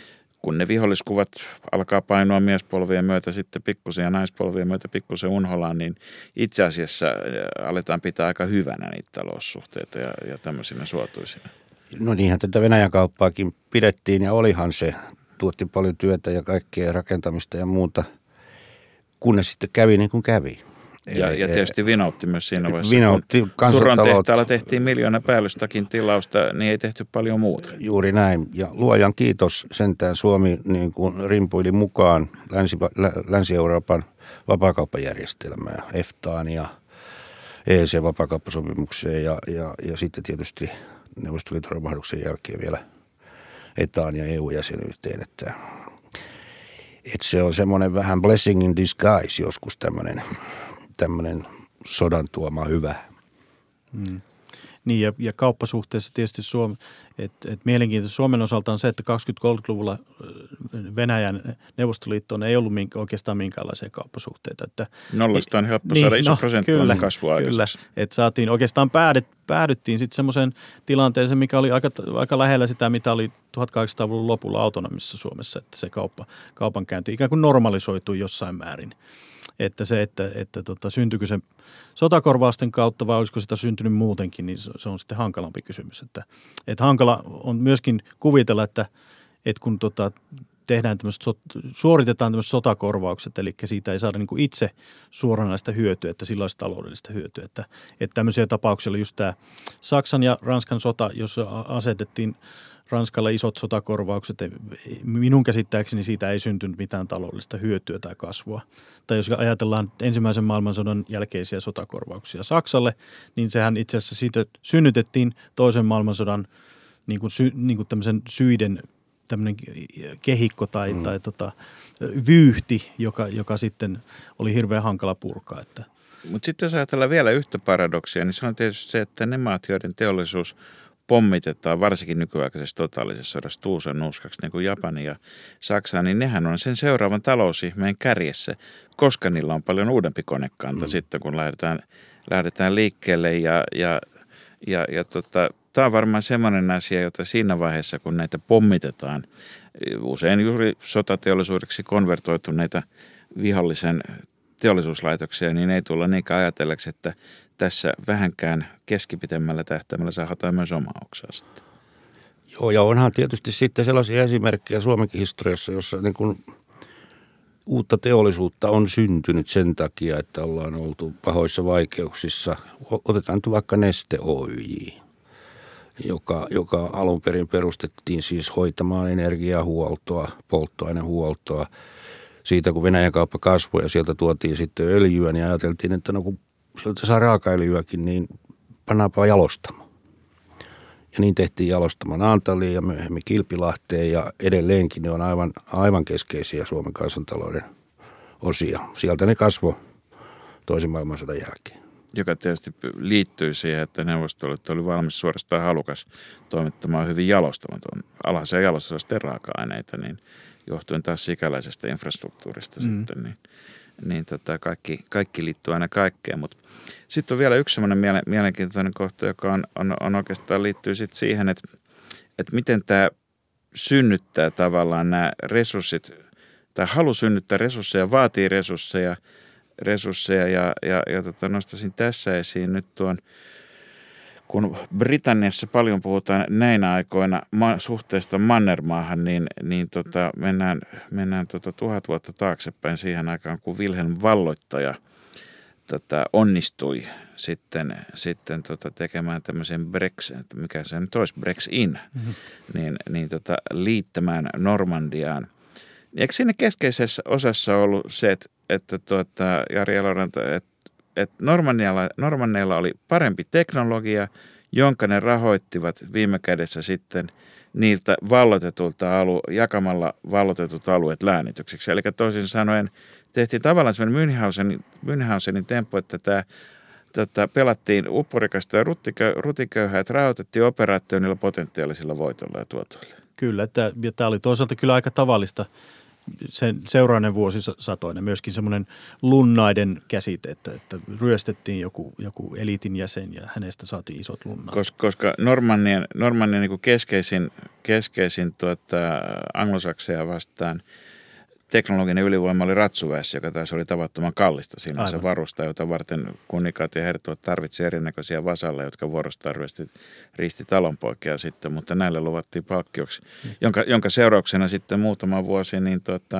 kun ne viholliskuvat alkaa painua miespolvien myötä sitten pikkusen ja naispolvien myötä pikkusen unholaan, niin itse asiassa aletaan pitää aika hyvänä niitä taloussuhteita ja tämmöisinä suotuisina. No niinhän tätä Venäjän kauppaakin pidettiin ja olihan se. Tuotti paljon työtä ja kaikkea rakentamista ja muuta, kunnes sitten kävi niin kuin kävi. Ja tietysti vinoutti myös siinä vaiheessa. Vinoutti Turun tehtaalla tehtiin 1 miljoona päällystäkin tilausta, niin ei tehty paljon muuta. Juuri näin. Ja luojan kiitos sentään Suomi niin kuin rimpuili mukaan Länsi-Euroopan vapaakauppajärjestelmää, EFTAan ja EEC-vapaakauppasopimukseen ja sitten tietysti Neuvostoliiton romahduksen jälkeen vielä ETAan ja EU-jäsenyyteen, että se on semmoinen vähän blessing in disguise joskus tämmöinen sodan tuoma hyvä. Niin ja kauppasuhteessa tietysti mielenkiintoista Suomen osalta on se, että 20-30-luvulla Venäjän Neuvostoliittoon ei ollut oikeastaan minkäänlaisia kauppasuhteita. Että, nollasta on helppo saada iso prosentuaalinen kasvu aikaiseksi. Kyllä, että saatiin oikeastaan päädyttiin sitten semmoiseen tilanteeseen, mikä oli aika lähellä sitä, mitä oli 1800-luvun lopulla autonomisessa Suomessa, että se kaupankäynti ikään kuin normalisoitui jossain määrin. Että syntyykö se sotakorvausten kautta vai olisiko sitä syntynyt muutenkin, niin se on sitten hankalampi kysymys. Että hankala on myöskin kuvitella, että kun suoritetaan tämmöiset sotakorvaukset, eli siitä ei saada niin kuin itse suoranaista hyötyä, että sillä olisi taloudellista hyötyä. Että tämmöisiä tapauksia oli just tämä Saksan ja Ranskan sota, jossa asetettiin Ranskalle isot sotakorvaukset. Minun käsittääkseni siitä ei syntynyt mitään taloudellista hyötyä tai kasvua. Tai jos ajatellaan ensimmäisen maailmansodan jälkeisiä sotakorvauksia Saksalle, niin sehän itse asiassa siitä synnytettiin toisen maailmansodan niin kuin tämmöisen syiden tämmöinen kehikko tai vyyhti, joka sitten oli hirveän hankala purkaa. Mutta sitten jos ajatellaan vielä yhtä paradoksia, niin se on tietysti se, että ne maat, joiden teollisuus pommitetaan, varsinkin nykyaikaisessa totaalisessa sodassa tuusan nuuskaksi, niin kuin Japani ja Saksa, niin nehän on sen seuraavan talousihmeen kärjessä, koska niillä on paljon uudempi konekanta sitten, kun lähdetään liikkeelle. Tämä on varmaan semmoinen asia, jota siinä vaiheessa, kun näitä pommitetaan, usein juuri sotateollisuudeksi konvertoituneita vihollisen teollisuuslaitoksia, niin ei tulla niinkään ajatelleeksi, että tässä vähänkään keskipitemmällä tähtäimellä sahataan myös omaa oksaa sitten. Joo, ja onhan tietysti sitten sellaisia esimerkkejä Suomenkin historiassa, jossa niin kuin uutta teollisuutta on syntynyt sen takia, että ollaan oltu pahoissa vaikeuksissa. Otetaan nyt vaikka Neste Oyj, joka alun perin perustettiin siis hoitamaan energiahuoltoa, polttoainehuoltoa. Siitä kun Venäjän kauppa kasvoi ja sieltä tuotiin sitten öljyä, niin ajateltiin, että no kun sieltä saa raakaöljyäkin, niin pannaanpa jalostamo. Ja niin tehtiin jalostamo Naantaliin ja myöhemmin Kilpilahteen ja edelleenkin ne on aivan keskeisiä Suomen kansantalouden osia. Sieltä ne kasvoi toisen maailmansodan jälkeen. Joka tietysti liittyy siihen, että Neuvostoliitto oli valmis suorastaan halukas toimittamaan hyvin jalostamaton, alhaisia jalostusasteen raaka-aineita, niin johtuen taas sikäläisestä infrastruktuurista sitten, niin kaikki liittyy aina kaikkeen. Mutta sitten on vielä yksi sellainen mielenkiintoinen kohta, joka on oikeastaan liittyy sitten siihen, että miten tämä synnyttää tavallaan nämä resurssit, tai halu synnyttää resursseja, vaatii resursseja ja nostaisin tässä esiin nyt tuon, kun Britanniassa paljon puhutaan näinä aikoina suhteesta Mannermaahan, niin mennään 1000 vuotta taaksepäin siihen aikaan, kun Wilhelm Valloittaja onnistui sitten tekemään tämmöisen mikä se nyt olisi, Brexin, liittämään Normandiaan. Eikö siinä keskeisessä osassa ollut se, että Jari Eloranta, että Normanneilla oli parempi teknologia, jonka ne rahoittivat viime kädessä sitten niiltä jakamalla vallotetut alueet läänityksiksi. Eli toisin sanoen tehtiin tavallaan sellainen Münchhausenin temppu, että pelattiin upporikasta ja rutiköyhää, että rahoitettiin operaatioon niillä potentiaalisilla voitoilla ja tuotoilla. Kyllä, ja tämä oli toisaalta kyllä aika tavallista sen seurainen vuosisatoinen myöskin semmoinen lunnaiden käsite, että ryöstettiin joku eliitin jäsen ja hänestä saatiin isot lunnaat. Koska Normannien niin kuin keskeisin anglosakseja vastaan teknologinen ylivoima oli ratsuväessä, joka taas oli tavattoman kallista sinänsä varusta, jota varten kuninkaat ja herttuat tarvitsi erinäköisiä vasalleja, jotka vuorostaan risti talonpoikia sitten, mutta näille luvattiin palkkioksi, jonka seurauksena sitten muutama vuosi, niin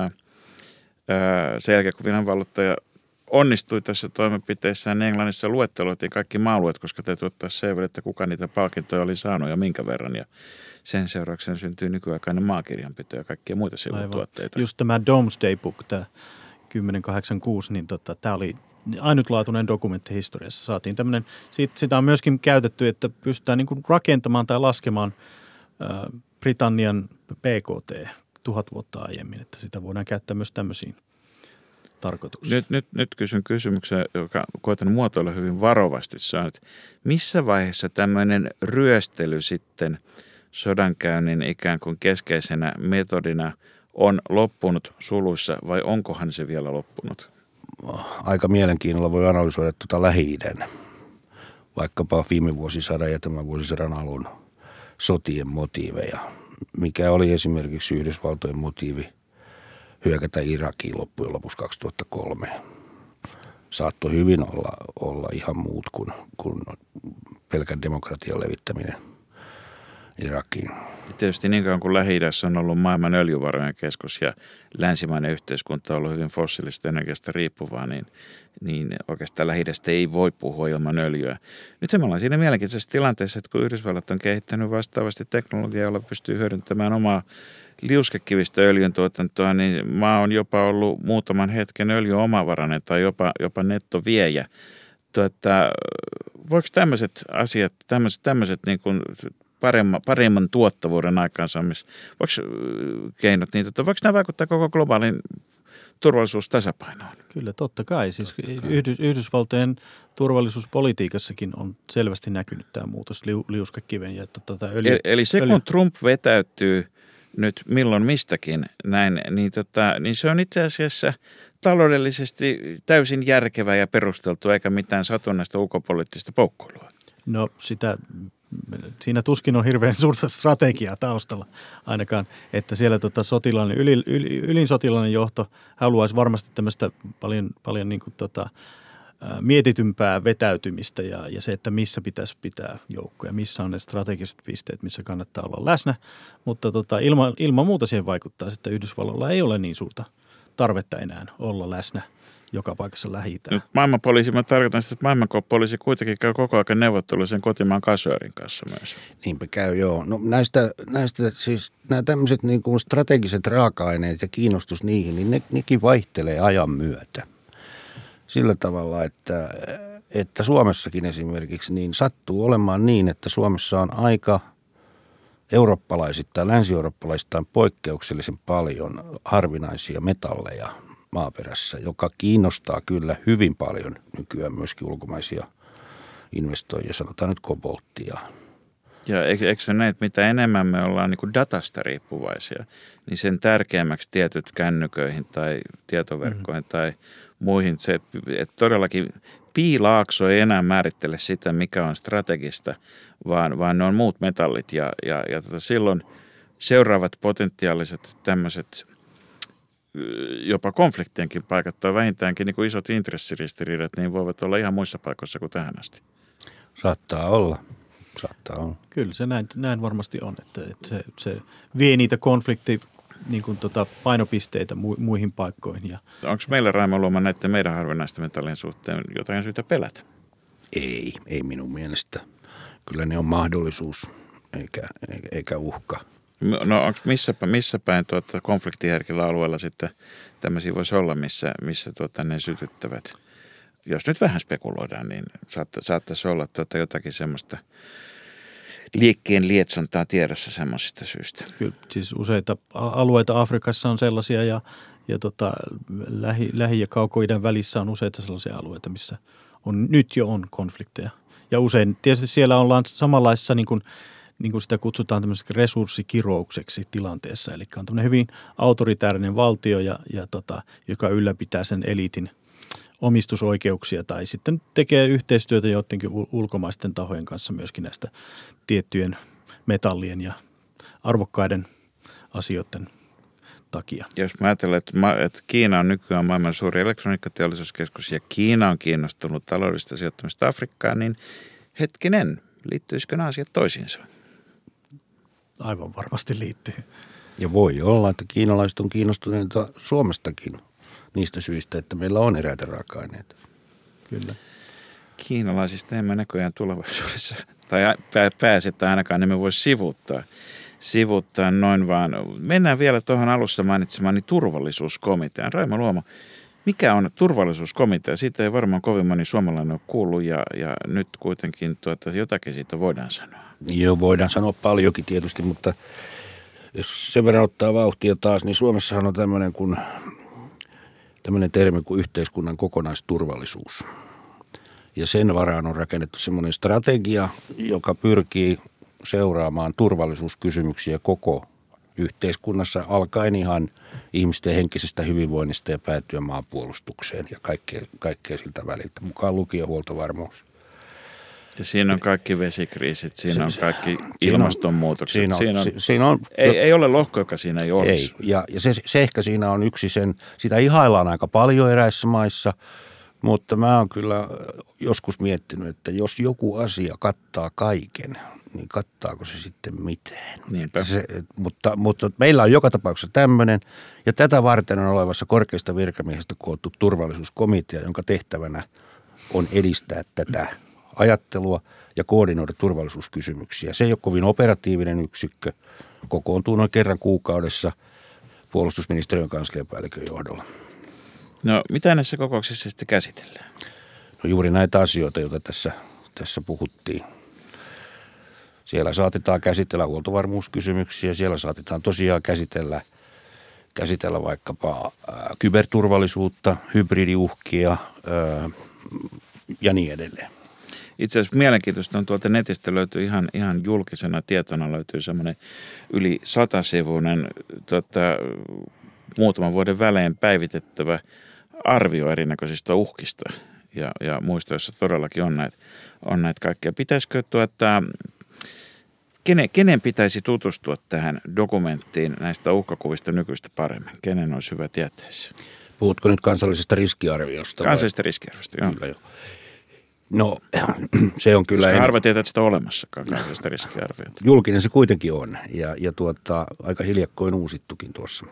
sen jälkeen kun viranvalloittaja onnistui tässä toimenpiteessään, niin Englannissa luetteloitiin kaikki maa-alueet, koska täytyy ottaa selville, että kuka niitä palkintoja oli saanut ja minkä verran. Ja sen seurauksena syntyy nykyaikainen maakirjanpito ja kaikkia muita sivutuotteita. Just tämä Domesday Book, tämä 1086, niin tämä oli ainutlaatuinen dokumentti historiassa. Saatiin tämmöinen, sitä on myöskin käytetty, että pystytään niin kuin rakentamaan tai laskemaan Britannian PKT 1000 vuotta aiemmin, että sitä voidaan käyttää myös tämmöisiin tarkoituksiin. Nyt kysyn kysymyksen, joka koetan muotoilla hyvin varovasti. Se on, että missä vaiheessa tämmöinen ryöstely sitten sodankäynnin ikään kuin keskeisenä metodina on loppunut suluissa vai onkohan se vielä loppunut? Aika mielenkiinnolla voi analysoida Lähi-idän, vaikkapa viime vuosisadan ja tämän vuosisadan alun sotien motiiveja, mikä oli esimerkiksi Yhdysvaltojen motiivi hyökätä Irakiin loppujen lopuksi 2003. Saattoi hyvin olla ihan muut kuin pelkän demokratian levittäminen Irakiin. Tietysti niin kauan kuin Lähi-idässä on ollut maailman öljyvarojen keskus ja länsimainen yhteiskunta on ollut hyvin fossiilisesta energiasta riippuvaa, niin oikeastaan Lähi-idästä ei voi puhua ilman öljyä. Nyt me ollaan siinä mielenkiintoisessa tilanteessa, että kun Yhdysvallat on kehittänyt vastaavasti teknologiaa, jolla pystyy hyödyntämään omaa liuskekivistööljyn tuotantoa, niin maa on jopa ollut muutaman hetken öljyn omavarainen tai jopa nettoviejä. Voiko tämmöiset asiat, tämmöiset niin kuin paremman tuottavuuden aikaansaamiskeinot, niin voiko nämä vaikuttaa koko globaalin turvallisuustasapainoon? Kyllä, totta kai. Siis Yhdysvaltojen turvallisuuspolitiikassakin on selvästi näkynyt tämä muutos liuskekiven ja öljy. Eli se, kun Trump vetäytyy nyt milloin mistäkin näin, niin se on itse asiassa taloudellisesti täysin järkevää ja perusteltua, eikä mitään satunnaista ulkopoliittista poukkoilua. No siinä tuskin on hirveän suurta strategiaa taustalla ainakaan, että siellä ylin sotilainen johto haluaisi varmasti tämmöistä paljon niin kuin mietitympää vetäytymistä ja se, että missä pitäisi pitää joukkoja, missä on ne strategiset pisteet, missä kannattaa olla läsnä, mutta ilman muuta siihen vaikuttaa, että Yhdysvalloilla ei ole niin suurta tarvetta enää olla läsnä joka paikassa Lähi-Itään. Nyt maailmanpoliisi, mä tarkoitan sitä, että maailmanpoliisi kuitenkin käy koko ajan neuvottelua sen kotimaan kasöörin kanssa myös. Niinpä käy, joo. No näistä siis nämä tämmöiset niin kuin strategiset raaka-aineet ja kiinnostus niihin, niin nekin vaihtelee ajan myötä. Sillä tavalla, että Suomessakin esimerkiksi niin sattuu olemaan niin, että Suomessa on aika eurooppalaisittain, länsi-eurooppalaisittain poikkeuksellisen paljon harvinaisia metalleja maaperässä, joka kiinnostaa kyllä hyvin paljon nykyään myöskin ulkomaisia investoijia, sanotaan nyt kobolttia. Ja eikö se näin, että mitä enemmän me ollaan niin kuin datasta riippuvaisia, niin sen tärkeämmäksi tietyt kännyköihin tai tietoverkkoihin tai muihin. Se, että todellakin piilaakso ei enää määrittele sitä, mikä on strategista, vaan ne on muut metallit ja silloin seuraavat potentiaaliset tämmöiset jopa konfliktienkin paikat tai vähintäänkin niin kuin isot intressiristiriidat, niin voivat olla ihan muissa paikoissa kuin tähän asti. Saattaa olla. Kyllä se näin varmasti on, että se vie niitä niin kuin painopisteitä muihin paikkoihin. Onko meillä, Raimo Luoma, näiden meidän harvinaisten metallien suhteen jotain syytä pelätä? Ei minun mielestä. Kyllä ne on mahdollisuus eikä uhka. No onko missä päin konfliktiherkillä alueella sitten tämmöisiä voisi olla, missä ne sytyttävät? Jos nyt vähän spekuloidaan, niin saattaisi olla jotakin semmoista liekkeen lietsontaa tiedossa semmoisista syistä. Kyllä, siis useita alueita Afrikassa on sellaisia ja Lähi- ja Kauko-idän välissä on useita sellaisia alueita, missä nyt jo on konflikteja. Ja usein tietysti siellä ollaan samanlaisessa niin kuin niin kuin sitä kutsutaan tämmöiseksi resurssikiroukseksi tilanteessa. Eli on tämmöinen hyvin autoritäärinen valtio, joka ylläpitää sen eliitin omistusoikeuksia tai sitten tekee yhteistyötä joidenkin ulkomaisten tahojen kanssa myöskin näistä tiettyjen metallien ja arvokkaiden asioiden takia. Jos mä ajattelen, että Kiina on nykyään maailman suuri elektroniikkateollisuuskeskus ja Kiina on kiinnostunut taloudellista sijoittamista Afrikkaan, niin hetkinen, liittyisikö nämä asiat toisiinsa? Aivan varmasti liittyy. Ja voi olla, että kiinalaiset on kiinnostuneita Suomestakin niistä syistä, että meillä on eräitä raaka-aineita. Kyllä. Kiinalaisista emme näköjään tulevaisuudessa, tai pääsetään ainakaan, niin me voisi sivuuttaa noin vaan. Mennään vielä tuohon alussa mainitsemani turvallisuuskomitean. Raimo Luoma, mikä on turvallisuuskomitea? Siitä ei varmaan kovin moni suomalainen ole kuullut ja nyt kuitenkin jotakin siitä voidaan sanoa. Joo, voidaan sanoa paljonkin tietysti, mutta jos sen verran ottaa vauhtia taas, niin Suomessahan on tämmöinen termi kuin yhteiskunnan kokonaisturvallisuus. Ja sen varaan on rakennettu semmoinen strategia, joka pyrkii seuraamaan turvallisuuskysymyksiä koko yhteiskunnassa, alkaen ihan ihmisten henkisestä hyvinvoinnista ja päätyen maanpuolustukseen ja kaikkea siltä väliltä, mukaan lukien huoltovarmuus. Ja siinä on kaikki vesikriisit, siinä on kaikki ilmastonmuutokset. Siinä on, ei ole lohko, joka siinä ei olisi. Ei, ja se ehkä siinä on yksi sitä ihaillaan aika paljon eräissä maissa, mutta mä oon kyllä joskus miettinyt, että jos joku asia kattaa kaiken, niin kattaako se sitten mitään? Mutta meillä on joka tapauksessa tämmöinen, ja tätä varten on olevassa korkeista virkamiehistä koottu turvallisuuskomitea, jonka tehtävänä on edistää tätä ajattelua ja koordinoida turvallisuuskysymyksiä. Se ei ole kovin operatiivinen yksikkö, kokoontuu noin kerran kuukaudessa puolustusministeriön kansliapäällikön johdolla. No, mitä näissä kokouksissa sitten käsitellään? No, juuri näitä asioita, joita tässä puhuttiin. Siellä saatetaan käsitellä huoltovarmuuskysymyksiä, siellä saatetaan tosiaan käsitellä vaikkapa kyberturvallisuutta, hybridiuhkia ja niin edelleen. Itse asiassa mielenkiintoista on tuolta netistä löytyy ihan julkisena tietona löytyy semmoinen yli 100-sivuinen muutaman vuoden välein päivitettävä arvio erinäköisistä uhkista ja muista, joissa todellakin on näitä kaikkea. Pitäisikö kenen pitäisi tutustua tähän dokumenttiin näistä uhkakuvista nykyistä paremmin? Kenen olisi hyvä tietää se? Puhutko nyt kansallisesta riskiarviosta? Kansallisesta riskiarviosta, joo. Kyllä, joo. No, se on kyllä... Koska harva tietää, että sitä on olemassakaan kansallisesta riskiarviota. Julkinen se kuitenkin on ja aika hiljakkoin uusittukin tuossa.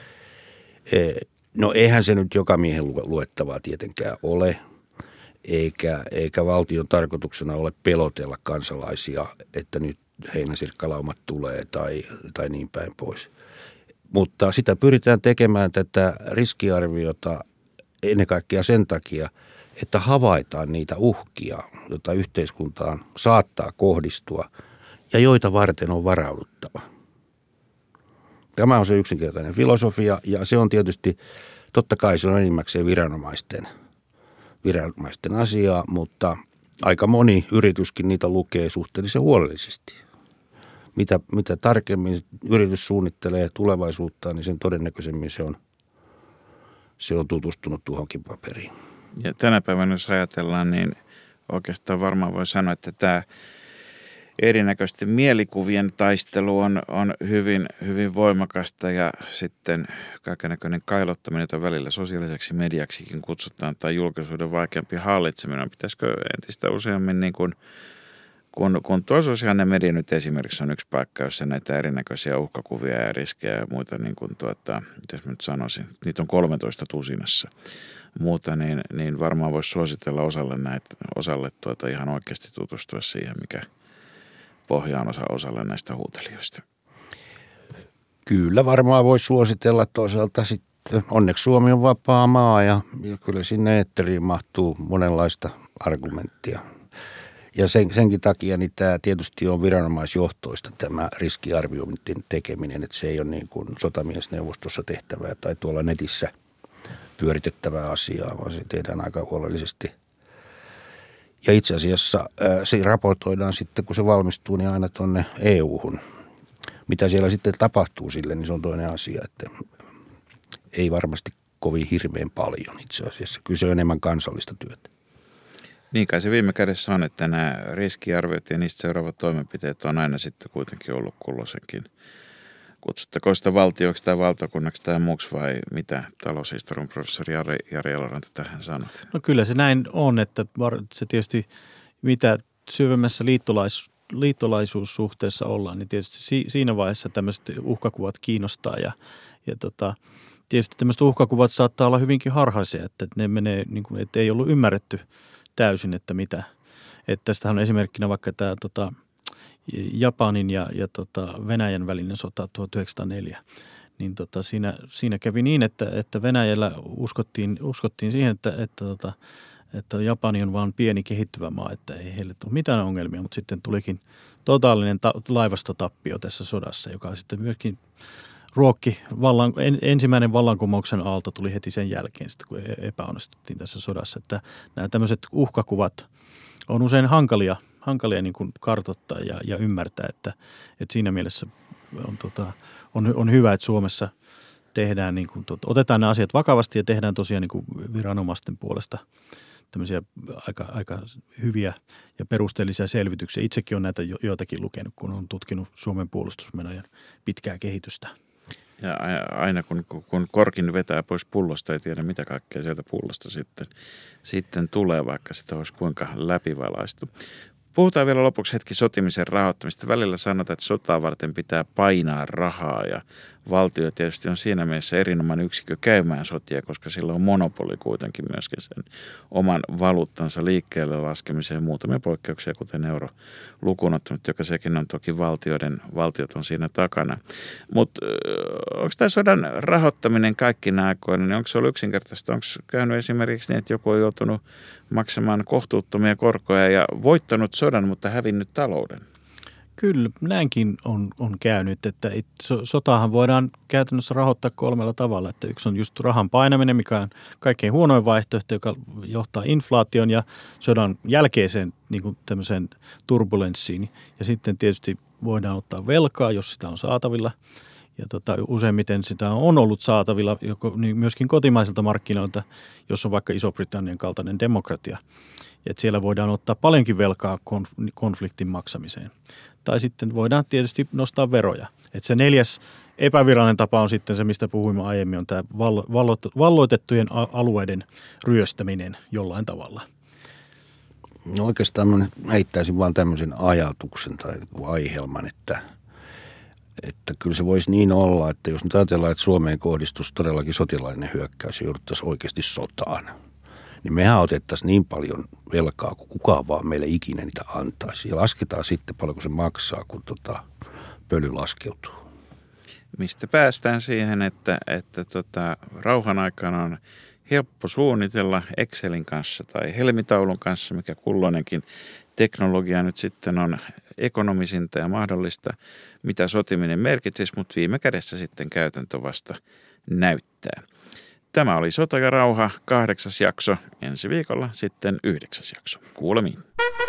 No eihän se nyt joka miehen luettavaa tietenkään ole, eikä valtion tarkoituksena ole pelotella kansalaisia, että nyt heinäsirkkalaumat tulee tai niin päin pois. Mutta sitä pyritään tekemään tätä riskiarviota ennen kaikkea sen takia, että havaitaan niitä uhkia, joita yhteiskuntaan saattaa kohdistua ja joita varten on varauduttava. Tämä on se yksinkertainen filosofia ja se on tietysti, totta kai se on enimmäkseen viranomaisten asiaa, mutta aika moni yrityskin niitä lukee suhteellisen huolellisesti. Mitä tarkemmin yritys suunnittelee tulevaisuutta, niin sen todennäköisemmin se on tutustunut tuohonkin paperiin. Ja tänä päivänä, jos ajatellaan, niin oikeastaan varmaan voi sanoa, että tämä erinäköisten mielikuvien taistelu on hyvin, hyvin voimakasta ja sitten kaikennäköinen kailottaminen, jota välillä sosiaaliseksi mediaksikin kutsutaan tai julkisuuden vaikeampi hallitseminen. Pitäisikö entistä useammin, niin kun tuo sosiaalinen media nyt esimerkiksi on yksi paikka, jossa näitä erinäköisiä uhkakuvia ja riskejä ja muita, niin kuin mitäs mä nyt sanoisin, niitä on 13 tusinassa muuta, niin varmaan voisi suositella osalle ihan oikeasti tutustua siihen, mikä pohja on osalle näistä huutelijoista. Kyllä varmaan voisi suositella toisaalta sitten. Onneksi Suomi on vapaa maa ja kyllä sinne eetteriin mahtuu monenlaista argumenttia. Ja senkin takia niin tämä tietysti on viranomaisjohtoista tämä riskiarviointin tekeminen, että se ei ole niin kuin sotamiesneuvostossa tehtävää tai tuolla netissä pyöritettävää asiaa, vaan se tehdään aika huolellisesti. Ja itse asiassa se raportoidaan sitten, kun se valmistuu, niin aina tuonne EU-hun. Mitä siellä sitten tapahtuu sille, niin se on toinen asia, että ei varmasti kovin hirveän paljon itse asiassa. Kyllä se on enemmän kansallista työtä. Niin kai se viime kädessä on, että nämä riskiarviot ja niistä seuraavat toimenpiteet on aina sitten kuitenkin ollut kulloisenkin. Kutsuttakoon sitä valtioksi tai valtakunnaksi tai muuksi vai mitä taloushistorian professori Jari Eloranta tähän sanot? No kyllä se näin on, että se tietysti mitä syvemmässä liittolaisuussuhteessa ollaan, niin tietysti siinä vaiheessa tämmöiset uhkakuvat kiinnostaa ja tietysti tämmöiset uhkakuvat saattaa olla hyvinkin harhaisia, että ne menee niin kuin, että ei ollut ymmärretty täysin, että mitä. Että tästähän on esimerkkinä vaikka tämä Japanin ja Venäjän välinen sota 1904. Niin siinä kävi niin, että Venäjällä uskottiin siihen, että Japani on vain pieni kehittyvä maa, että ei heille tule mitään ongelmia, mutta sitten tulikin totaalinen laivastotappio tässä sodassa, joka sitten myöskin ruokki ensimmäinen vallankumouksen aalto tuli heti sen jälkeen, sitten kun epäonnistuttiin tässä sodassa. Että nämä tämmöiset uhkakuvat on usein hankalia niin kuin kartoittaa ja ymmärtää, että siinä mielessä on hyvä, että Suomessa tehdään niin kuin, otetaan nämä asiat vakavasti ja tehdään tosiaan niin kuin viranomaisten puolesta tämmöisiä aika hyviä ja perusteellisia selvityksiä. Itsekin olen näitä joitakin lukenut, kun olen tutkinut Suomen puolustusmenojen pitkää kehitystä. Ja aina kun korkin vetää pois pullosta, ei tiedä mitä kaikkea sieltä pullosta sitten tulee, vaikka sitä olisi kuinka läpivalaistu. Puhutaan vielä lopuksi hetki sotimisen rahoittamista. Välillä sanotaan, että sotaa varten pitää painaa rahaa ja valtio tietysti on siinä mielessä erinomainen yksikö käymään sotia, koska sillä on monopoli kuitenkin myöskin sen oman valuuttansa liikkeelle laskemiseen. Muutamia poikkeuksia, kuten euro lukuun ottamatta, joka sekin on toki valtiot on siinä takana. Mutta onko tämä sodan rahoittaminen kaikkina aikoina, niin onko se ollut yksinkertaista? Onko käynyt esimerkiksi niin, että joku on joutunut maksamaan kohtuuttomia korkoja ja voittanut sodan, mutta hävinnyt talouden? Kyllä, näinkin on käynyt, että sotaahan voidaan käytännössä rahoittaa 3 tavalla. Että yksi on just rahan painaminen, mikä on kaikkein huonoin vaihtoehto, joka johtaa inflaation ja sodan jälkeiseen niin kuin tämmöiseen turbulenssiin. Ja sitten tietysti voidaan ottaa velkaa, jos sitä on saatavilla. Ja useimmiten sitä on ollut saatavilla niin myöskin kotimaisilta markkinoilta, jos on vaikka Iso-Britannian kaltainen demokratia. Että siellä voidaan ottaa paljonkin velkaa konfliktin maksamiseen. Tai sitten voidaan tietysti nostaa veroja. Että se 4. epävirallinen tapa on sitten se, mistä puhuimme aiemmin, on tämä valloitettujen alueiden ryöstäminen jollain tavalla. No oikeastaan heittäisin vaan tämmöisen ajatuksen tai aihelman, että kyllä se voisi niin olla, että jos nyt ajatellaan, että Suomeen kohdistuisi todellakin sotilainen hyökkäys ja jouduttaisiin oikeasti sotaan, niin mehän otettaisiin niin paljon velkaa, kun kukaan vaan meille ikinä niitä antaisi. Ja lasketaan sitten paljonko se maksaa, kun pöly laskeutuu. Mistä päästään siihen, että rauhan aikana on helppo suunnitella Excelin kanssa tai helmitaulun kanssa, mikä kulloinenkin teknologia nyt sitten on ekonomisinta ja mahdollista, mitä sotiminen merkitsisi, mutta viime kädessä sitten käytäntö vasta näyttää. Tämä oli Sota ja rauha 8. jakso, ensi viikolla sitten 9. jakso. Kuulemiin.